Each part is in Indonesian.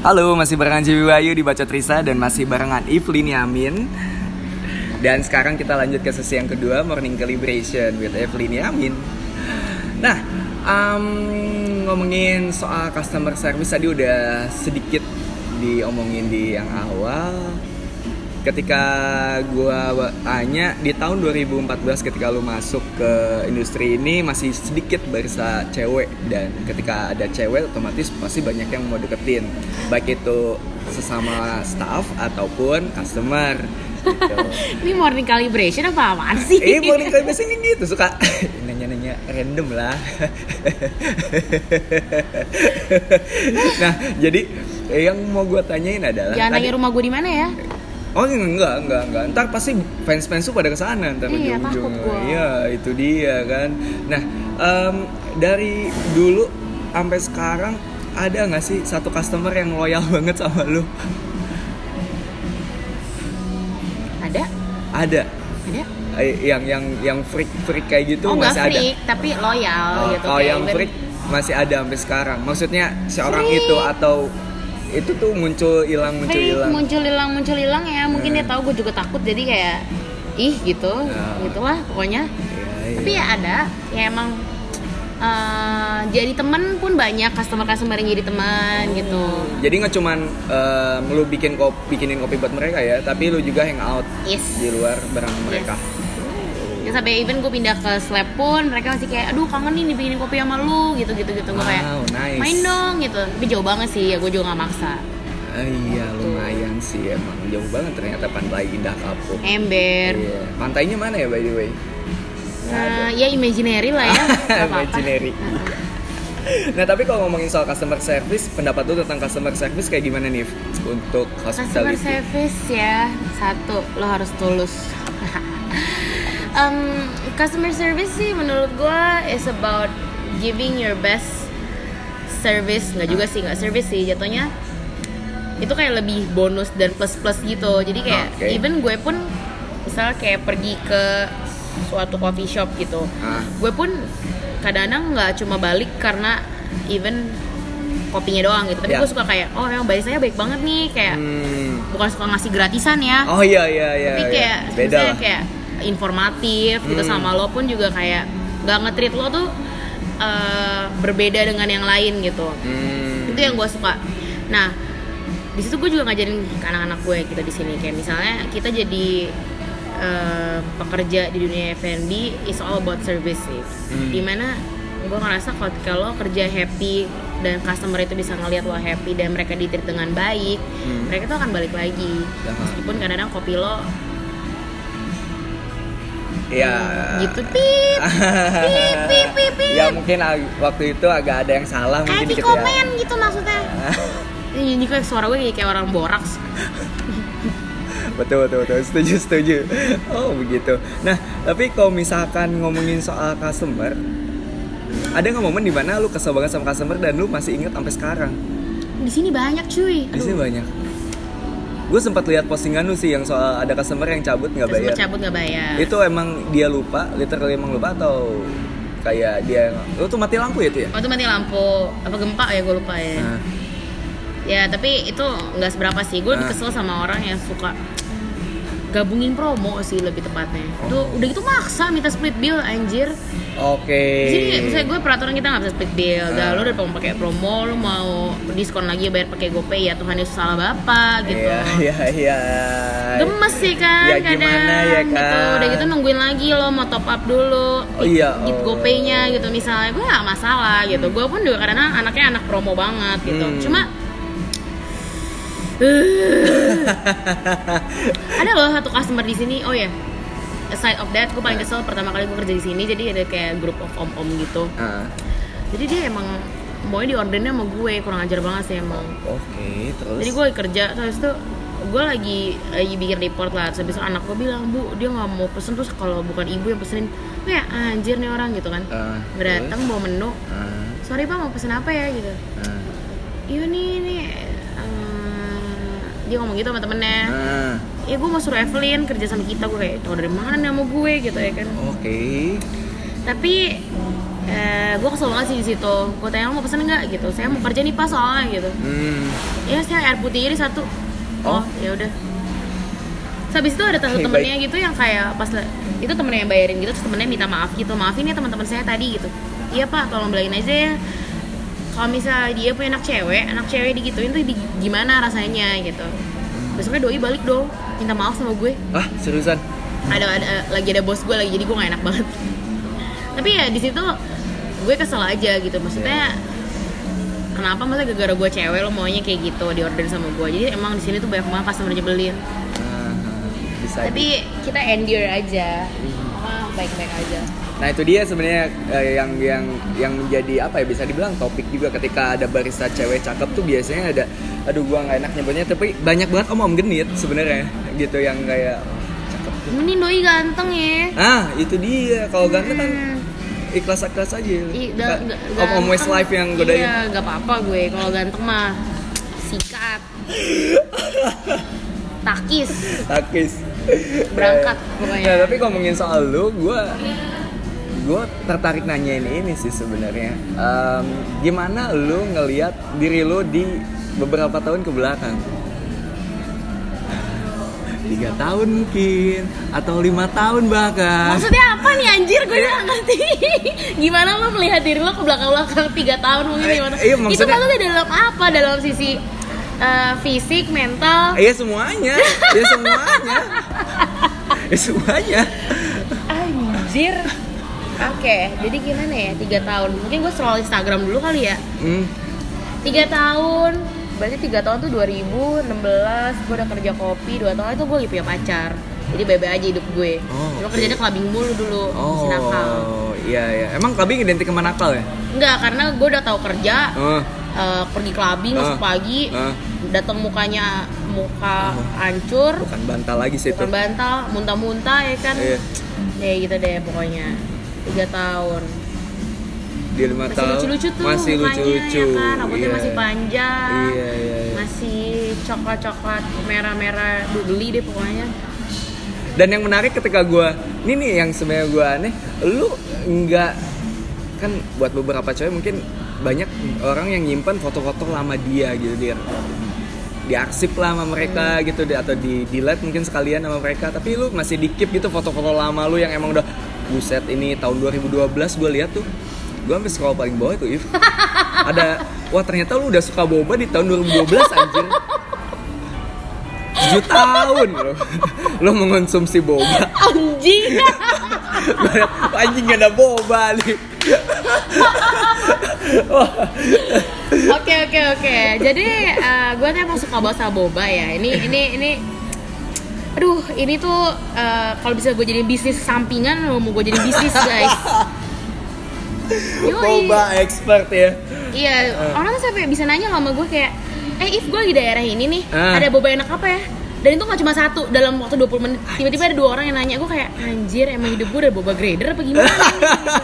Halo, masih barengan Jiwi Wahyu di Bacot Risa dan masih barengan Evelyn Yamin. Dan sekarang kita lanjut ke sesi yang kedua, Morning Calibration with Evelyn Yamin. Nah, ngomongin soal customer service tadi udah sedikit diomongin di yang awal. Ketika gue tanya di tahun 2014 ketika lu masuk ke industri ini masih sedikit barista cewek, dan ketika ada cewek otomatis pasti banyak yang mau deketin, baik itu sesama staff ataupun customer gitu. Ini morning calibration apa apaan sih? Morning calibration ini gitu, suka nanya-nanya random lah. Nah, jadi yang mau gue tanyain adalah jangan nanya rumah gue di mana ya? Oh enggak. Ntar pasti fans tuh pada kesana ntar ujung-ujung. Iya, itu dia kan. Nah, dari dulu sampai sekarang ada nggak sih satu customer yang loyal banget sama lu? Ada. Yang freak kayak gitu masih ada. Oh, freak, tapi loyal gitu. Oh, yang freak masih ada sampai sekarang. Maksudnya seorang itu atau itu tuh muncul hilang ya, mungkin dia tahu gue juga takut jadi kayak gitu gitulah pokoknya. Tapi ya ada ya emang jadi teman pun banyak customer yang jadi teman gitu. Jadi nggak cuman lu bikinin kopi buat mereka ya, tapi lu juga hang out di luar bareng mereka. Ya sampai even gue pindah ke Slab pun mereka masih kayak aduh kangen nih dibikinin kopi sama lu gitu. Gue kayak nice. Main dong gitu. Tapi jauh banget sih ya, gue juga nggak maksa. Iya lumayan sih emang, jauh banget ternyata Pantai Indah Kapuk. Ember. Iya. Pantainya mana ya by the way? Ya imaginary lah ya. Imaginary. Nah tapi kalau ngomongin soal customer service, pendapat lu tentang customer service kayak gimana nih untuk hospitality? Customer service ya, satu lo harus tulus. Customer service sih menurut gue is about giving your best service. Nggak service sih jatuhnya. Itu kayak lebih bonus dan plus gitu. Jadi kayak even gue pun misalnya kayak pergi ke suatu coffee shop gitu, gue pun kadang-kadang nggak cuma balik karena even kopinya doang gitu, tapi gue suka kayak emang baristanya baik banget nih, kayak bukan suka ngasih gratisan ya. Iya. Tapi kayak misalnya kayak informatif gitu, sama lo pun juga kayak nggak nge-treat lo tuh berbeda dengan yang lain gitu. Itu yang gue suka. Nah di situ gue juga ngajarin ke anak-anak gue kita di sini, kayak misalnya kita jadi pekerja di dunia F&B is all about service sih. Dimana gue ngerasa kalau kerja happy dan customer itu bisa ngelihat lo happy dan mereka di-treat dengan baik, mereka tuh akan balik lagi. Meskipun kadang-kadang kopi lo gitu pip. Ya mungkin waktu itu agak ada yang salah mungkin dikit ya. Komen gitu maksudnya. Ini kayak suara gue kayak orang boraks. Betul, setuju. Oh begitu. Nah tapi kalau misalkan ngomongin soal customer, ada nggak momen dimana lu kesel banget sama customer dan lu masih inget sampai sekarang? Di sini banyak cuy. Di sini banyak. Gue sempat lihat postingan lu sih yang soal ada customer yang cabut nggak bayar. Itu emang dia lupa, literally emang lupa atau kayak dia lu tuh mati lampu ya itu ya? Oh itu mati lampu, apa gempa ya gue lupa ya. Ya tapi itu nggak seberapa sih. Gue kesel sama orang yang suka gabungin promo sih lebih tepatnya. Tuh udah gitu maksa minta split bill anjir. Jadi misalnya gue peraturan kita nggak bisa split bill. Lo udah mau pakai promo, lo mau diskon lagi bayar pakai GoPay ya Tuhan Yesus salah bapak gitu. Iya. Gemes sih kan ya, kadang ya, kan? Gitu. Udah gitu nungguin lagi lo mau top up dulu. Gitu GoPay-nya gitu misalnya. Gue nggak masalah gitu. Gue pun juga kadang anaknya anak promo banget gitu. Cuma ada loh satu customer di sini. Aside of that, gue paling kesel pertama kali gue kerja di sini. Jadi ada kayak group of om gitu. Jadi dia emang maunya diordernya sama gue, kurang ajar banget sih emang. Terus. Jadi gue kerja, terus itu gue lagi bikin report lah. Terus habis itu anak gue bilang, bu dia nggak mau pesen, terus kalau bukan ibu yang pesenin, kayak anjir nih orang gitu kan. Datang bawa menu. Sorry pak mau pesen apa ya gitu. Iya nih. Dia ngomong gitu sama temennya. Ya gue mau suruh Evelyn kerja sama kita. Gue kayak tau dari mana nih sama gue gitu ya kan. Tapi gue kesel banget sih di situ. Gue tanya lo mau pesen nggak gitu. Saya mau kerja nih pas soalnya gitu. Ya saya air putih jadi satu. Oh ya udah. Habis itu ada satu temennya gitu yang kayak pas itu temennya yang bayarin gitu, terus temennya minta maaf gitu, maaf ini teman-teman saya tadi gitu. Iya Pak, tolong bilangin aja ya. Kalau misalnya dia punya anak cewek digituin tuh gimana rasanya gitu. Besoknya doi balik dong, minta maaf sama gue. Ah seriusan? Lagi ada bos gue lagi, jadi gue nggak enak banget. Tapi ya di situ gue kesel aja gitu, maksudnya kenapa masa gara-gara gue cewek lo maunya kayak gitu diorder sama gue. Jadi emang di sini tuh banyak banget customer nyebelin. Tapi kita endure aja, baik-baik aja. Nah itu dia sebenarnya yang menjadi apa ya, bisa dibilang topik juga ketika ada barista cewek cakep tuh biasanya ada, aduh gua nggak enak nyebutnya, tapi banyak banget om genit sebenarnya gitu yang kayak cakep. Mending doi ganteng ya. Ah itu dia, kalau ganteng kan ikhlas aja. Om Westlife yang godain. Iya, nggak apa-apa gue kalau ganteng mah sikat. Takis berangkat pokoknya. Nah, tapi ngomongin soal lu, gue tertarik nanyain ini sih sebenarnya. Gimana lu ngelihat diri lu di beberapa tahun ke belakang? 3 tahun mungkin atau 5 tahun bahkan. Maksudnya apa nih anjir, gue nggak ngerti. Gimana lo melihat diri lo ke belakang 3 tahun mungkin gimana? Itu maksudnya dalam apa? Dalam sisi fisik, mental? Iya semuanya. Anjir. Oke, jadi gimana ya 3 tahun? Mungkin gue scroll Instagram dulu kali ya. 3 tahun. Berarti 3 tahun tuh 2016 gue udah kerja kopi. 2 tahun itu gue lagi punya pacar. Jadi bebe aja hidup gue. Gue kerjanya clubbing mulu dulu, masih nakal. Iya. Emang clubbing identik sama nakal ya? Enggak, karena gue udah tahu kerja. Pergi clubbing masuk pagi, datang muka hancur, bukan bantal lagi sih, bukan bantal, muntah-muntah ya kan. Ya gitu deh pokoknya. 3 tahun di 5 tahun lucu-lucu tuh masih mukanya, lucu-lucu ya kan? Rambutnya masih panjang, masih coklat-coklat merah-merah, geli deh pokoknya. Dan yang menarik ketika gue ini yang sebenarnya gue aneh, lu enggak kan, buat beberapa cewek mungkin banyak orang yang nyimpan foto-foto lama dia gitu, dia diarsip lah sama mereka gitu, atau di delete mungkin sekalian sama mereka, tapi lu masih di keep gitu foto-foto lama lu yang emang udah buset ini tahun 2012 gue lihat tuh, gue sampai scroll paling bawah itu ada, wah ternyata lu udah suka boba di tahun 2012 anjir. 7 tahun lo mengonsumsi boba anjing. Anjing gak ada boba nih. Oke. Jadi gue tuh emang suka banget sama boba ya. Ini aduh, ini tuh kalau bisa gue jadi bisnis sampingan, mau gue jadi bisnis guys. Boba expert ya. Iya, orang tuh sampai bisa nanya sama gue kayak, If gue di daerah ini nih, ada boba enak apa ya? Dan itu gak cuma satu, dalam waktu 20 menit tiba-tiba ada 2 orang yang nanya. Gue kayak, anjir emang hidup gue udah boba grader apa gimana nih?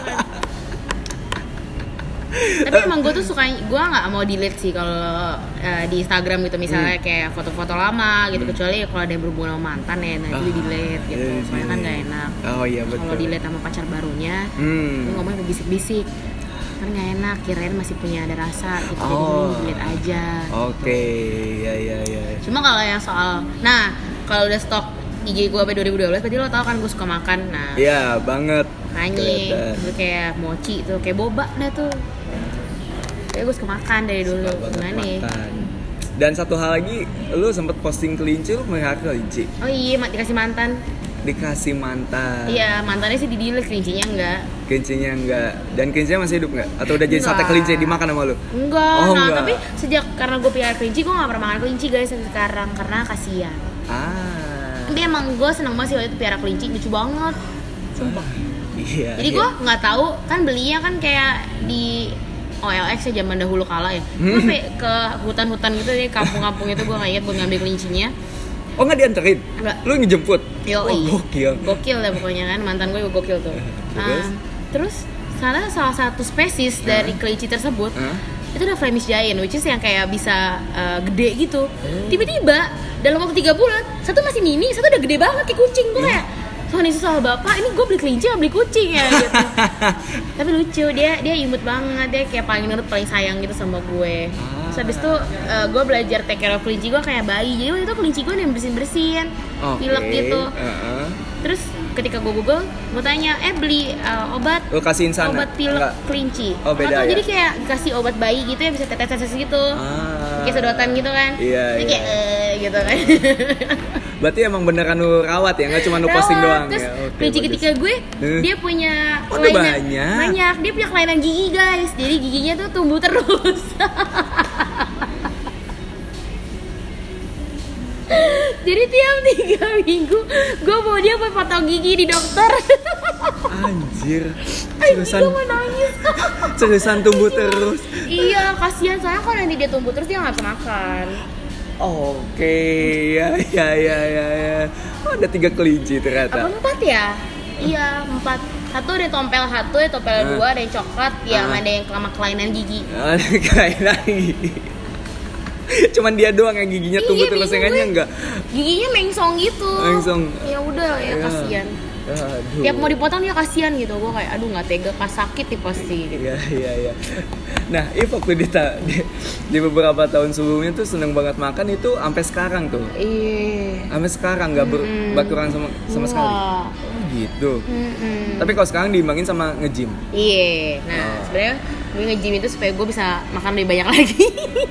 Tapi emang gue tuh suka, gue gak mau delete sih kalau di Instagram gitu. Misalnya kayak foto-foto lama gitu, kecuali kalau ada yang berhubungan sama mantan ya, nah itu di delete gitu. Soalnya kan gak enak. Oh iya betul. Kalau delete sama pacar barunya, gue ngomongnya bisik-bisik, kan nggak enak, kirain masih punya ada rasa gitu, jadi delete aja. Oke, ya. Cuma kalau yang soal, nah kalau udah stok IG gue sampai 2012, berarti lo tau kan gue suka makan. Nah, iya banget. Makanya itu kayak mochi tuh, kayak boba dah tuh. Kayak gue suka makan dari dulu. Gimana nih? Dan satu hal lagi, lu sempet posting kelinci, lu melihara kelinci. Oh iya, dikasih mantan. Dikasih mantan. Iya, mantannya sih di-delete, kelincinya enggak. Kelincinya enggak. Dan kelincinya masih hidup enggak? Atau udah jadi sate kelinci dimakan sama lu? Enggak. Enggak. Tapi sejak karena gue pelihara kelinci, gue enggak pernah makan kelinci guys sekarang karena kasihan. Tapi emang gue seneng banget sih waktu itu pelihara kelinci, lucu banget. Sumpah. Iya. Jadi gue enggak tahu, kan belinya kan kayak di OLX ya zaman dahulu kala ya. Gue ke hutan-hutan gitu deh, kampung-kampung itu gue enggak ingat buat ngambil kelincinya. Oh nggak dianterin? Enggak. Lu ngejemput? Yoi. Gokil deh pokoknya kan, mantan gue gokil tuh. Terus salah satu spesies dari kelinci tersebut itu udah Flemish Giant, which is yang kayak bisa gede gitu. Tiba-tiba dalam waktu 3 bulan, satu masih mini, satu udah gede banget kayak kucing. Gue kayak, soalnya soal bapak, ini gue beli kelinci atau beli kucing ya gitu. Tapi lucu, dia imut banget, dia kayak paling nurut, paling sayang gitu sama gue. Terus habis itu gue belajar take care of kelinci gue kayak bayi. Jadi waktu itu kelinci gue yang bersihin pilek gitu. Terus ketika gue Google, gue tanya, beli obat pilek kelinci. Beda, Jadi kayak kasih obat bayi gitu ya, bisa tetes gitu. Kayak sedotan gitu kan. Jadi kayak gitu kan. Berarti emang beneran lu rawat ya, nggak cuma lu posting doang. Terus ya. kelinci ketika gue, dia punya banyak. Dia punya kelainan gigi guys. Jadi giginya tuh tumbuh terus. Jadi tiap 3 minggu gue bawa dia potong gigi di dokter. Anjir. Gue mau nangis. Seriusan tumbuh terus. Iya, kasihan soalnya kalau nanti dia tumbuh terus dia nggak bisa makan. Oke, ya. Oh, ada 3 kelinci ternyata. Apa 4 ya? Iya, 4. Satu ada tompel 2, ada yang coklat, ya ada yang kelainan gigi. Kelainan gigi. Cuman dia doang yang giginya tumbuh terus, yang enggak. Giginya mengsong gitu. Ya udah ya kasihan. Aduh. Tiap mau dipotong dia kasihan gitu. Gue kayak aduh nggak tega, sakit nih pasti gitu. Iya. Nah, waktu di beberapa tahun sebelumnya tuh seneng banget makan itu sampai sekarang tuh. Iya. Sampai sekarang nggak berkurang sama sekali. Oh gitu. Tapi kalau sekarang diimbangin sama nge-gym. Iya. Nah, sebenarnya gue nge-gym itu supaya gue bisa makan lebih banyak lagi.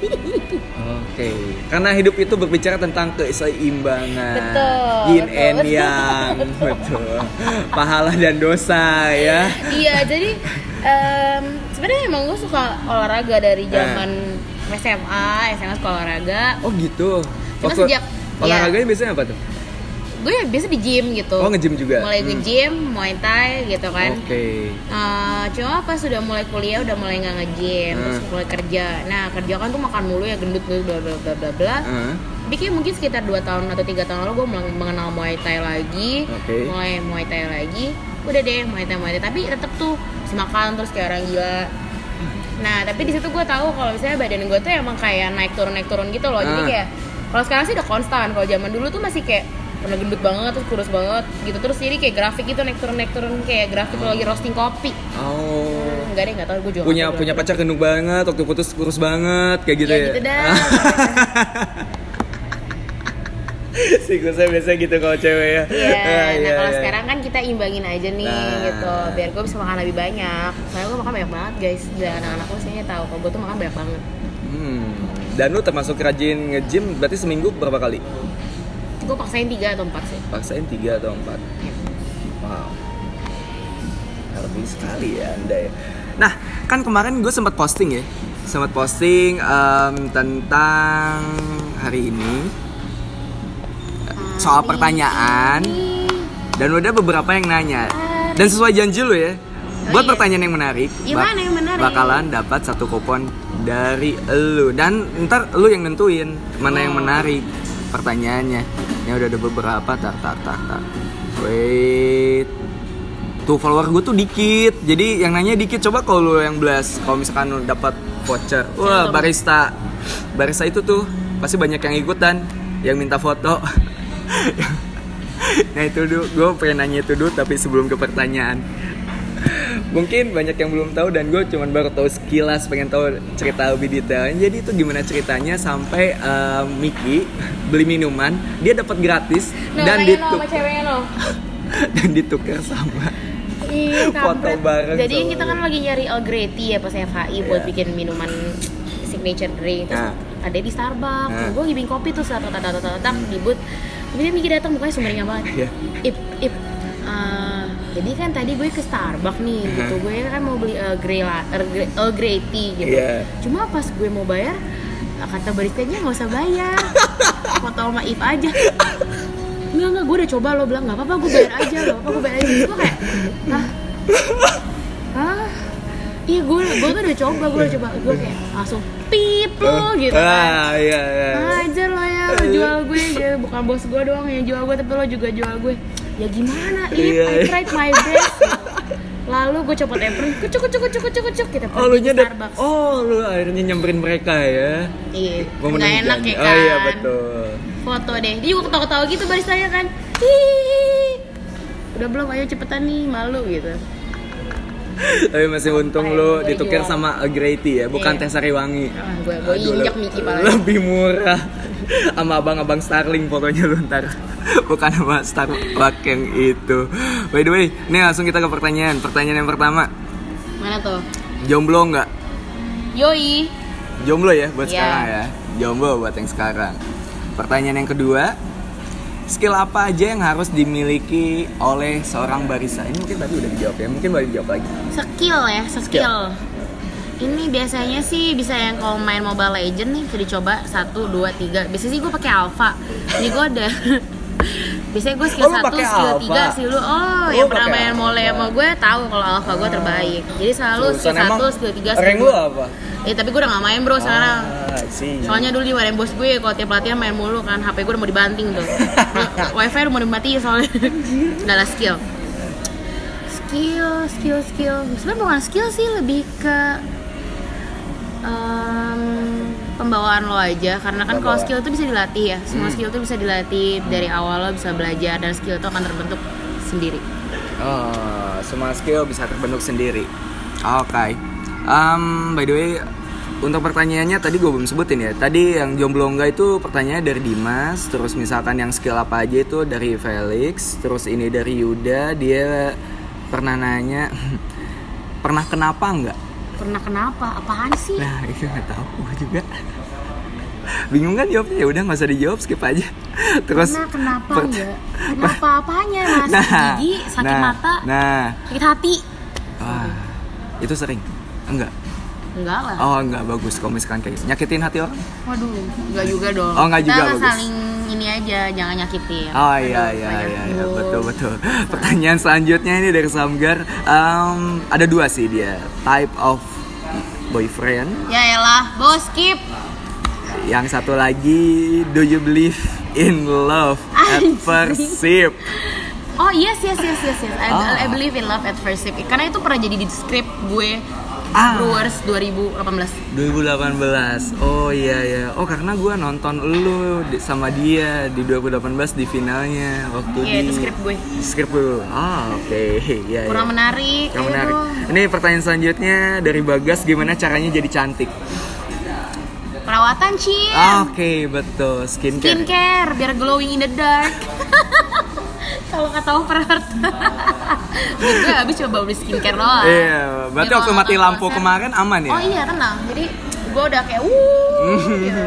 Oke. Karena hidup itu berbicara tentang keseimbangan. Betul. Yin and yang. Betul. Pahala dan dosa ya. Iya, jadi sebenarnya emang gue suka olahraga dari zaman SMA suka olahraga. Oh gitu. Cuma sejak olahraganya biasanya apa tuh? Gue biasa di gym gitu. Oh, nge-gym juga? Mulai nge-gym, Muay Thai gitu kan. Oke. Cuma pas sudah mulai kuliah udah mulai nggak nge-gym, terus mulai kerja. Nah, kerja kan tuh makan mulu ya, gendut bla bla bla bla bla. Tapi kayak mungkin sekitar 2 tahun atau 3 tahun lalu gue mulai mengenal Muay Thai lagi. Mulai Muay Thai lagi. Udah deh Muay Thai. Tapi tetap tuh masih makan terus kayak orang gila. Nah, tapi di situ gue tahu kalau misalnya badan gue tuh emang kayak naik turun gitu loh. Jadi kayak kalau sekarang sih udah konstan. Kalau zaman dulu tuh masih kayak pernah gendut banget, terus kurus banget gitu, terus jadi kayak grafik itu naik turun kayak grafik lagi roasting kopi. Enggak tahu gue juga punya pacar gendut banget, waktu putus kurus banget kayak gitu ya. Gitu dah. Siklusnya biasa gitu kalau cewek ya. Iya. Kalau sekarang kan kita imbangin aja nih gitu, biar gue bisa makan lebih banyak. Soalnya gue makan banyak banget guys. Dan anak-anak gue sih tahu kalau gue tuh makan banyak banget. Dan lu termasuk rajin nge-gym, berarti seminggu berapa kali? Gue paksain 3 atau 4 sih. Paksain 3 atau 4. Wow. Lebih sekali ya Anda ya. Nah, kan kemarin gue sempat posting tentang hari ini soal pertanyaan. Dan udah beberapa yang nanya. Dan sesuai janji lu ya. Buat pertanyaan yang menarik, yang menarik? Bakalan dapat 1 kupon dari lu. Dan ntar lu yang nentuin mana yang menarik pertanyaannya. Ya udah ada beberapa tak. Wait. Tuh follower gue tuh dikit. Jadi yang nanya dikit. Coba kalau lu yang blast, kalau misalkan lu dapat voucher. Wah, barista itu tuh pasti banyak yang ikutan, yang minta foto. Nah itu dulu, gue pengen nanya itu dulu tapi sebelum ke pertanyaan. Mungkin banyak yang belum tahu dan gue cuman baru tahu sekilas, pengen tahu cerita lebih detailnya. Jadi itu gimana ceritanya sampai Miki beli minuman, dia dapat gratis dan ditukar sama foto bareng. Jadi kita kan lagi nyari Earl Grey tea ya pas FHI buat bikin minuman signature drink. Terus ada di Starbucks. Gue ngibing kopi tuh dibut. Kemudian Miki datang, mukanya sumringah banget. Ip. Jadi kan tadi gue ke Starbucks nih gitu, gue kan mau beli Earl Grey tea gitu. Cuma pas gue mau bayar, kata baristanya nggak usah bayar, foto sama If aja. Enggak, gue udah coba, lo bilang nggak apa-apa, gue bayar aja. Terus gue kayak, iya gue kan udah coba, gue kayak langsung pip lo gitu kan. Ajar lo ya, lo jual gue, bukan bos gue doang yang jual gue, tapi lo juga jual gue. Ya gimana, I tried my best. Lalu gue copot apron, kucuk kita pergi ke Starbucks. Lu akhirnya nyamperin mereka ya. Iya, nggak enak ya kan. Oh iya betul. Foto deh, dia juga ketawa-ketawa gitu baristanya kan. Hihihi. Udah belum, ayo cepetan nih, malu gitu. Tapi masih untung lu ditukar sama Agreti ya, bukan Teh Sariwangi. Gue injak Miki paling. Lebih murah. Sama abang-abang Starling fotonya lu ntar. Bukan sama Starbucks yang itu. By the way, nih langsung kita ke pertanyaan. Pertanyaan yang pertama. Mana tuh? Jomblo nggak? Yoi. Jomblo ya buat sekarang ya. Jomblo buat yang sekarang. Pertanyaan yang kedua, skill apa aja yang harus dimiliki oleh seorang barista? Ini mungkin tadi udah dijawab ya, mungkin boleh dijawab lagi. Skill. Ini biasanya sih bisa yang kalau main Mobile Legend nih bisa dicoba 1, 2, 3. Biasanya sih gue pakai Alpha. Jadi gue ada biasanya gue skill 1, skill 3, skill 2. Yang pernah main mole sama gue tahu kalau Alpha gue terbaik. Jadi selalu skill 1, skill 3, skill 2. Rank lu apa? Tapi gue udah gak main bro sekarang. Sih. Soalnya dulu dimarahin bos gue kalau tiap latihan main mulu kan. HP gue udah mau dibanting tuh. Wifi udah mau dimatiin soalnya. Udah lah skill. Sebenarnya bukan skill sih, lebih ke pembawaan lo aja, karena kan kalau skill itu bisa dilatih ya. Semua skill itu bisa dilatih dari awal, lo bisa belajar dan skill itu akan terbentuk sendiri. Semua skill bisa terbentuk sendiri. Oke. By the way, untuk pertanyaannya tadi gue belum sebutin ya. Tadi yang jomblo enggak itu pertanyaannya dari Dimas. Terus misalkan yang skill apa aja itu dari Felix. Terus ini dari Yuda, dia pernah nanya pernah kenapa enggak? Pernah kenapa? Apaan sih? Nah itu nggak tahu gue juga. Bingung kan jawabnya, ya udah nggak usah dijawab, skip aja. Terus kenapa enggak? Kenapa apanya? Sakit gigi, sakit mata, sakit hati. Itu sering? Enggak lah. Enggak, bagus kalau misalkan kayak nyakitin hati orang. Waduh, enggak juga dong. Enggak juga, bagus. Saling ini aja, jangan nyakitin. Iya, betul. Pertanyaan selanjutnya ini dari Samgar. Ada 2 sih dia. Type of boyfriend. Ya elah, bos skip. Yang satu lagi, do you believe in love at first sip? Oh yes. I believe in love at first sip. Karena itu pernah jadi di skrip gue. Brewers 2018. Oh iya. Oh karena gue nonton lu sama dia di 2018 di finalnya waktu di. Itu skrip gue. Oke. Iya. Kurang menarik. Ini pertanyaan selanjutnya dari Bagas, gimana caranya jadi cantik? Perawatan, Cin. Oke, betul. Skincare biar glowing in the dark. Kalau nggak tahu gue habis coba beli skincare doang. Iya, berarti waktu mati lampu kemarin aman ya? Oh iya, tenang. Jadi gue udah kayak gitu.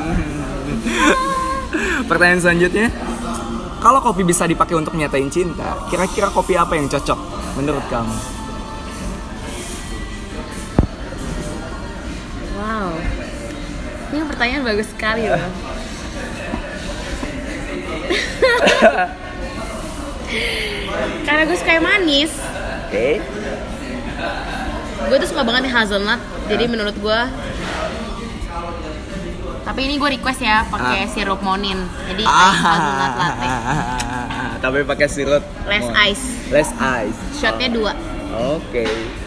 Pertanyaan selanjutnya, kalau kopi bisa dipakai untuk nyatain cinta, kira-kira kopi apa yang cocok menurut kamu? Wow, ini pertanyaan bagus sekali loh. Karena gue suka yang manis. Oke. Gue tuh suka banget nih hazelnut. Jadi menurut gue. Tapi ini gue request ya pakai sirup monin. Jadi hazelnut latte. Tapi pakai sirup. Less ice. Shotnya 2. Oke.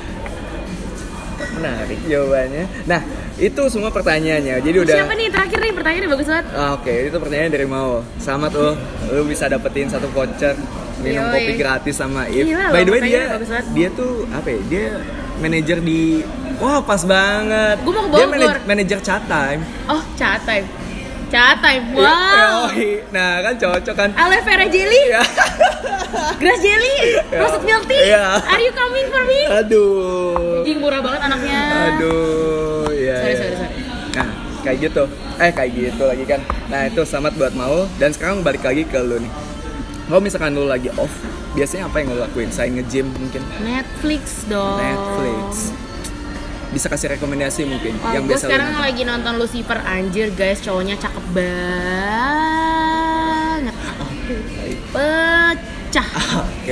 Menarik jawabannya. Nah, itu semua pertanyaannya. Jadi udah. Siapa nih terakhir nih, pertanyaannya bagus banget. Oke, itu pertanyaan dari Mao. Selamat lu bisa dapetin 1 voucher minum kopi gratis sama If. By the way dia tuh apa ya? Dia manajer di. Wah, pas banget. Gue mau ke Bogor. Dia manajer Chat Time. Oh, Chat Time. Wow. Nah, kan cocok kan. Aloe vera jelly. Grass jelly. Roasted milk tea. Are you coming for me? Aduh. Jing murah banget anaknya. Aduh, Sorry. Nah, kayak gitu lagi kan. Nah, itu selamat buat Mau. Dan sekarang balik lagi ke lu nih. Kalau misalkan lu lagi off, biasanya apa yang lu lakuin? Selain nge-gym mungkin? Netflix dong. Bisa kasih rekomendasi mungkin yang biasa. Gue sekarang lagi nonton Lucifer, anjir guys, cowoknya cakep banget. Pecah. Oke.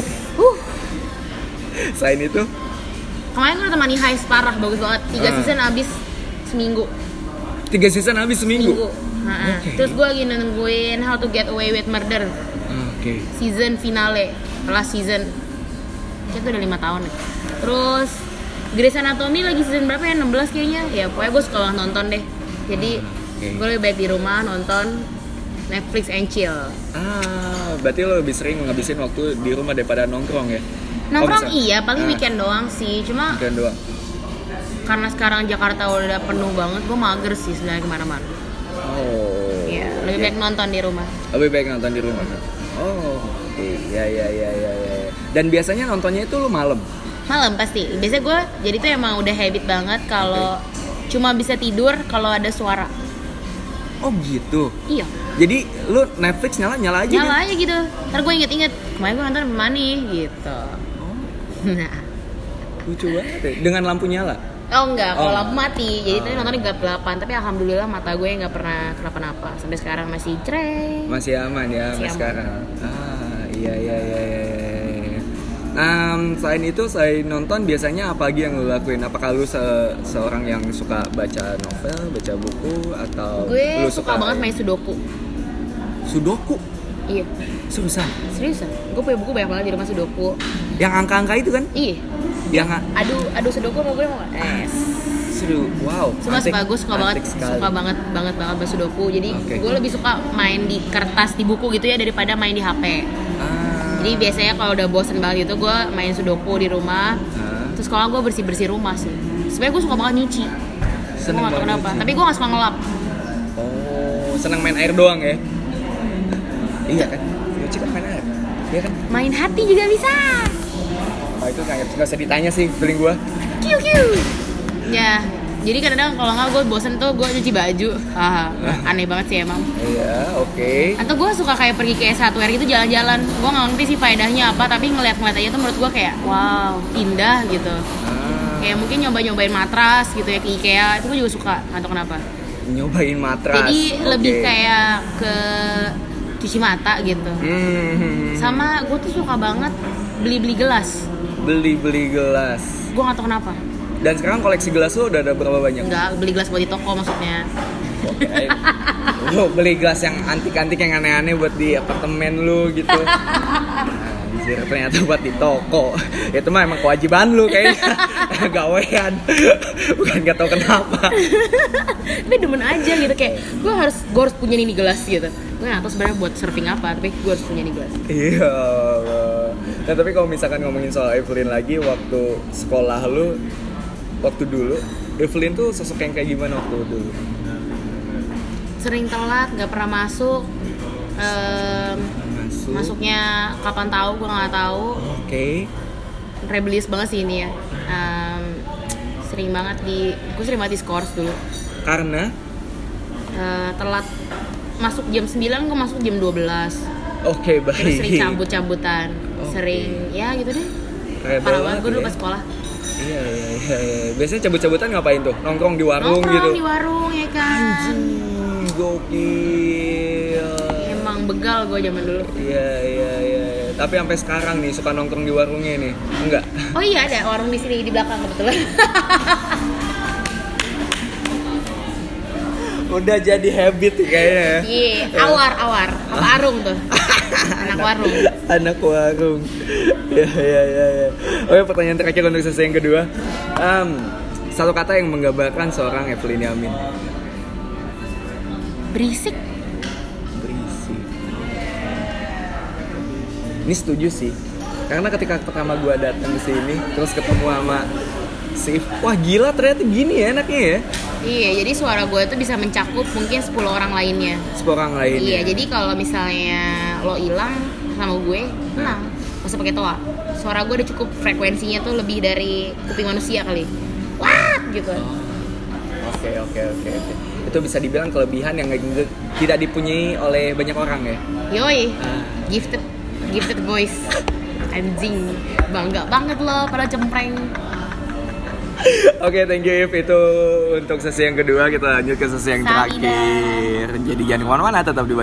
Selain itu? Kemarin gue nonton Money Heist, parah, bagus banget. 3 season habis seminggu. 3 season habis seminggu? Okay. Terus gue lagi nungguin How to Get Away with Murder. Season finale, last season. Itu udah 5 tahun ya. Terus Grey's Anatomy lagi season berapa ya? 16 kayaknya. Ya pokoknya gue suka banget nonton deh. Jadi gue lebih baik di rumah nonton Netflix and chill. Berarti lo lebih sering ngabisin waktu di rumah daripada nongkrong ya? Nongkrong iya, paling weekend doang sih. Cuma weekend doang. Karena sekarang Jakarta udah penuh banget, gue mager sih sebenarnya kemana-mana. Oh. Iya, lebih baik nonton di rumah. Lebih baik nonton di rumah. Oh, iya. Dan biasanya nontonnya itu lu malam? Malam pasti. Biasanya gue jadi tuh emang udah habit banget kalau cuma bisa tidur kalau ada suara. Oh gitu? Iya. Jadi lu Netflix nyala aja? Nyala aja gitu. Ntar gue inget-inget kemarin gue nonton mana nih gitu. Nah, lucu banget ya. Dengan lampu nyala? Oh enggak, kalau lampu mati. Jadi tadi nontonnya gelap-gelapan. Tapi alhamdulillah mata gue nggak pernah kenapa-napa. Sampai sekarang masih cereng. Masih aman ya sampai sekarang. Iya. Selain itu, selain nonton biasanya apa lagi yang lu lakuin? Apakah lu seorang yang suka baca novel, baca buku, atau gue lu suka banget main sudoku? Sudoku? Iya. Seriusan? Gue punya buku banyak banget di rumah sudoku. Yang angka-angka itu kan? Iya. Yang adu sudoku sama gue mau seru. Wow. Gue suka banget baca sudoku. Jadi gue lebih suka main di kertas, di buku gitu ya daripada main di HP. Jadi biasanya kalau udah bosen banget gitu gue main sudoku di rumah. Terus kalau gue bersih rumah sih. Sebenarnya gue suka banget nyuci. Gue gak tau kenapa. Tapi gue gak suka ngelap. Oh, senang main air doang ya? Iya kan? Nyuci kan main air. Iya kan? Main hati juga bisa. Oh, itu gak usah ditanya sih feeling gue. Ya, jadi kadang-kadang kalau nggak gue bosen tuh gue cuci baju. Aneh banget sih emang. Iya, oke. Atau gue suka kayak pergi ke S1R gitu jalan-jalan. Gue nggak ngerti sih faedahnya apa, tapi ngeliat aja tuh menurut gue kayak wow, indah gitu. Kayak mungkin nyobain matras gitu ya ke IKEA, itu gue juga suka. Nggak tahu kenapa. Nyobain matras. Jadi lebih kayak ke cuci mata gitu. Sama gue tuh suka banget beli gelas. Beli gelas. Gue nggak tahu kenapa. Dan sekarang koleksi gelas lo udah ada berapa banyak? Enggak, beli gelas buat di toko maksudnya. Okay. Lo beli gelas yang antik-antik yang aneh-aneh buat di apartemen lu gitu. Anjir, ternyata buat di toko. Itu mah emang kewajiban lu kayaknya. Gawean. Bukan gak tau kenapa. Tapi demen aja gitu kayak gue harus punya nih gelas gitu. Gue gak tau sebenarnya buat serving apa, tapi gue harus punya nih gelas. Iya. Nah, tapi kalau misalkan ngomongin soal Evelyn lagi waktu sekolah lu waktu dulu, Evelyn tuh sosok yang kayak gimana waktu dulu? Sering telat, nggak pernah masuk. Masuknya kapan tahu, gue nggak tahu. Oke. Rebellious banget sih ini ya. Gue sering banget di skors dulu. Karena? Telat masuk jam 9, gue masuk jam 12. Oke, baik. Terus sering cabut-cabutan, sering ya gitu deh. Parah banget gue dulu pas sekolah. Iya. Biasanya cabut-cabutan ngapain tuh? Nongkrong di warung gitu? Nongkrong di warung ya kan. Anjing, gokil. Emang begal gue zaman dulu. Iya. Tapi sampai sekarang nih suka nongkrong di warungnya nih? Enggak? Oh iya, ada warung di sini di belakang kebetulan. Udah jadi habit kayaknya. Iya, awar. Apa arung tuh? Anak warung. Ya. Oke, pertanyaan terakhir untuk sesi yang kedua. Satu kata yang menggambarkan seorang Evelyn Yamin. Berisik. Ini setuju sih. Karena ketika pertama gue datang ke sini, terus ketemu sama Sif, wah gila ternyata gini ya enaknya ya. Iya, jadi suara gue tuh bisa mencakup mungkin 10 orang lainnya. 10 orang lainnya. Iya, jadi kalau misalnya lo hilang sama gue, tenang, gak usah pakai toa. Suara gue udah cukup frekuensinya tuh lebih dari kuping manusia kali. Wah, gitu. Oke. Itu bisa dibilang kelebihan yang tidak dipunyai oleh banyak orang ya. Yoi, gifted voice. Anjing, bangga banget lo pada cempreng. Oke, thank you If. Itu untuk sesi yang kedua, kita lanjut ke sesi yang terakhir. Jadi jangan kemana-mana, tetap di